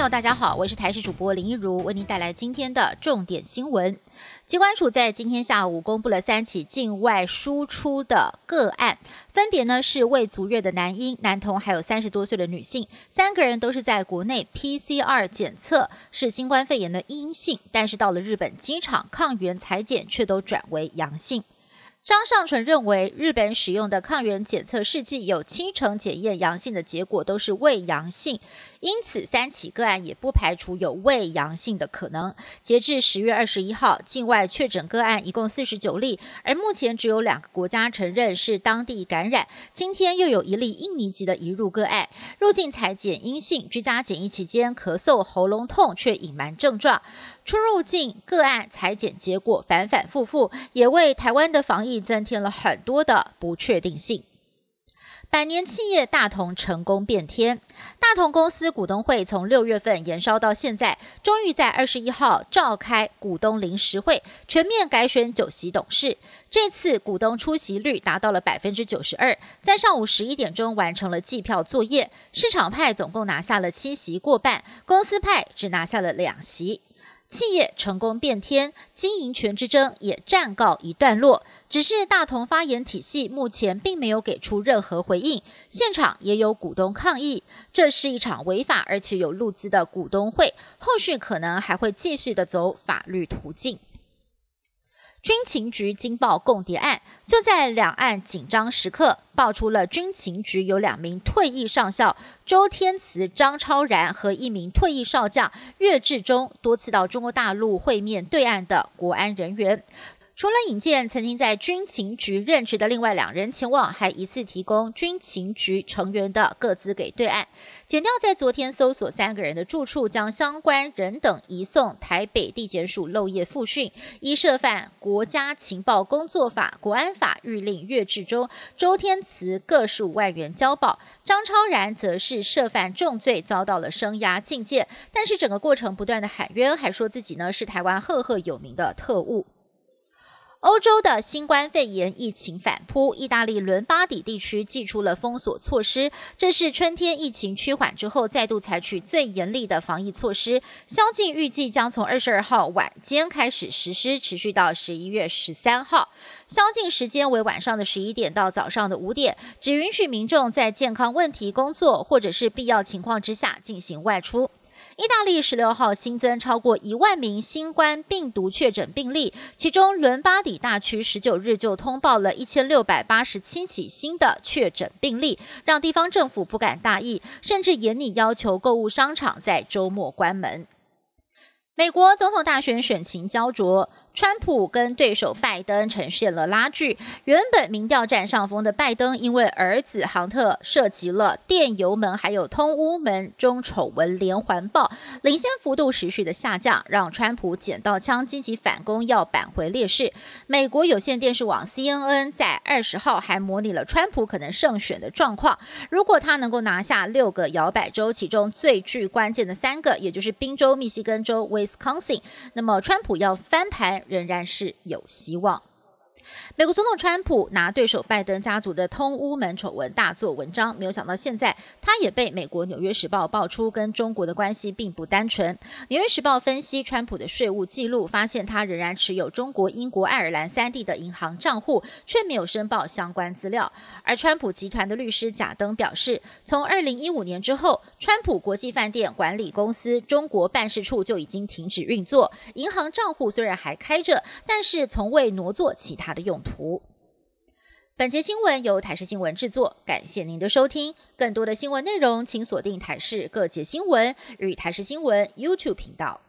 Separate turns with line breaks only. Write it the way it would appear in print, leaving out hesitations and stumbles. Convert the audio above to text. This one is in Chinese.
友大家好，我是台视主播林一如，为您带来今天的重点新闻。疾管署在今天下午公布了3起境外输出的个案，分别呢是未足月的男婴、男童，还有30多岁的女性，3个人都是在国内 PCR 检测是新冠肺炎的阴性，但是到了日本机场抗原采检却都转为阳性。张尚存认为，日本使用的抗原检测试剂有70%检验阳性的结果都是伪阳性，因此3起个案也不排除有伪阳性的可能。截至10月21号，境外确诊个案一共49例，而目前只有2个国家承认是当地感染。今天又有1例印尼籍的移入个案，入境采检阴性，居家检疫期间咳嗽、喉咙痛却隐瞒症状。出入境个案采检结果反反复复，也为台湾的防疫增添了很多的不确定性。百年企业大同成功变天，大同公司股东会从6月份延烧到现在，终于在21号召开股东临时会，全面改选9席董事。这次股东出席率达到了 92%， 在上午11点钟完成了计票作业。市场派总共拿下了7席，过半，公司派只拿下了2席。企业成功变天，经营权之争也暂告一段落。只是大同发言体系目前并没有给出任何回应，现场也有股东抗议，这是一场违法而且有路资的股东会，后续可能还会继续的走法律途径。军情局惊爆共谍案，就在两岸紧张时刻，爆出了军情局有2名退役上校周天慈、张超然和1名退役少将岳志忠多次到中国大陆会面对岸的国安人员。除了引荐曾经在军情局任职的另外2人前往，还疑似提供军情局成员的个资给对岸。检调在昨天搜索3个人的住处，将相关人等移送台北地检署漏夜复讯，依涉犯国家情报工作法、国安法谕令岳志忠、周天慈各15万元交保。张超然则是涉犯重罪，遭到了声押禁见，但是整个过程不断的喊冤，还说自己呢是台湾赫赫有名的特务。欧洲的新冠肺炎疫情反扑，意大利伦巴底地区祭出了封锁措施，这是春天疫情趋缓之后再度采取最严厉的防疫措施。宵禁预计将从22号晚间开始实施，持续到11月13号。宵禁时间为晚上的11点到早上的5点，只允许民众在健康问题、工作或者是必要情况之下进行外出。意大利16号新增超过1万名新冠病毒确诊病例，其中伦巴底大区19日就通报了1687起新的确诊病例，让地方政府不敢大意，甚至严拟要求购物商场在周末关门。美国总统大选选情焦灼，川普跟对手拜登呈现了拉锯。原本民调占上风的拜登，因为儿子杭特涉及了电邮门还有通乌门中丑闻连环爆，领先幅度持续的下降，让川普捡到枪积极反攻，要扳回劣势。美国有线电视网 CNN 在20号还模拟了川普可能胜选的状况，如果他能够拿下6个摇摆州，其中最具关键的3个，也就是宾州、密西根州、Wisconsin， 那么川普要翻盘仍然是有希望。美国总统川普拿对手拜登家族的通乌门丑闻大做文章，没有想到现在他也被美国《纽约时报》爆出跟中国的关系并不单纯。《纽约时报》分析川普的税务记录，发现他仍然持有中国、英国、爱尔兰3地的银行账户，却没有申报相关资料。而川普集团的律师贾登表示，从2015年之后，川普国际饭店管理公司中国办事处就已经停止运作，银行账户虽然还开着，但是从未挪作其他的用途。本节新闻由台视新闻制作，感谢您的收听。更多的新闻内容，请锁定台视各节新闻与台视新闻 YouTube 频道。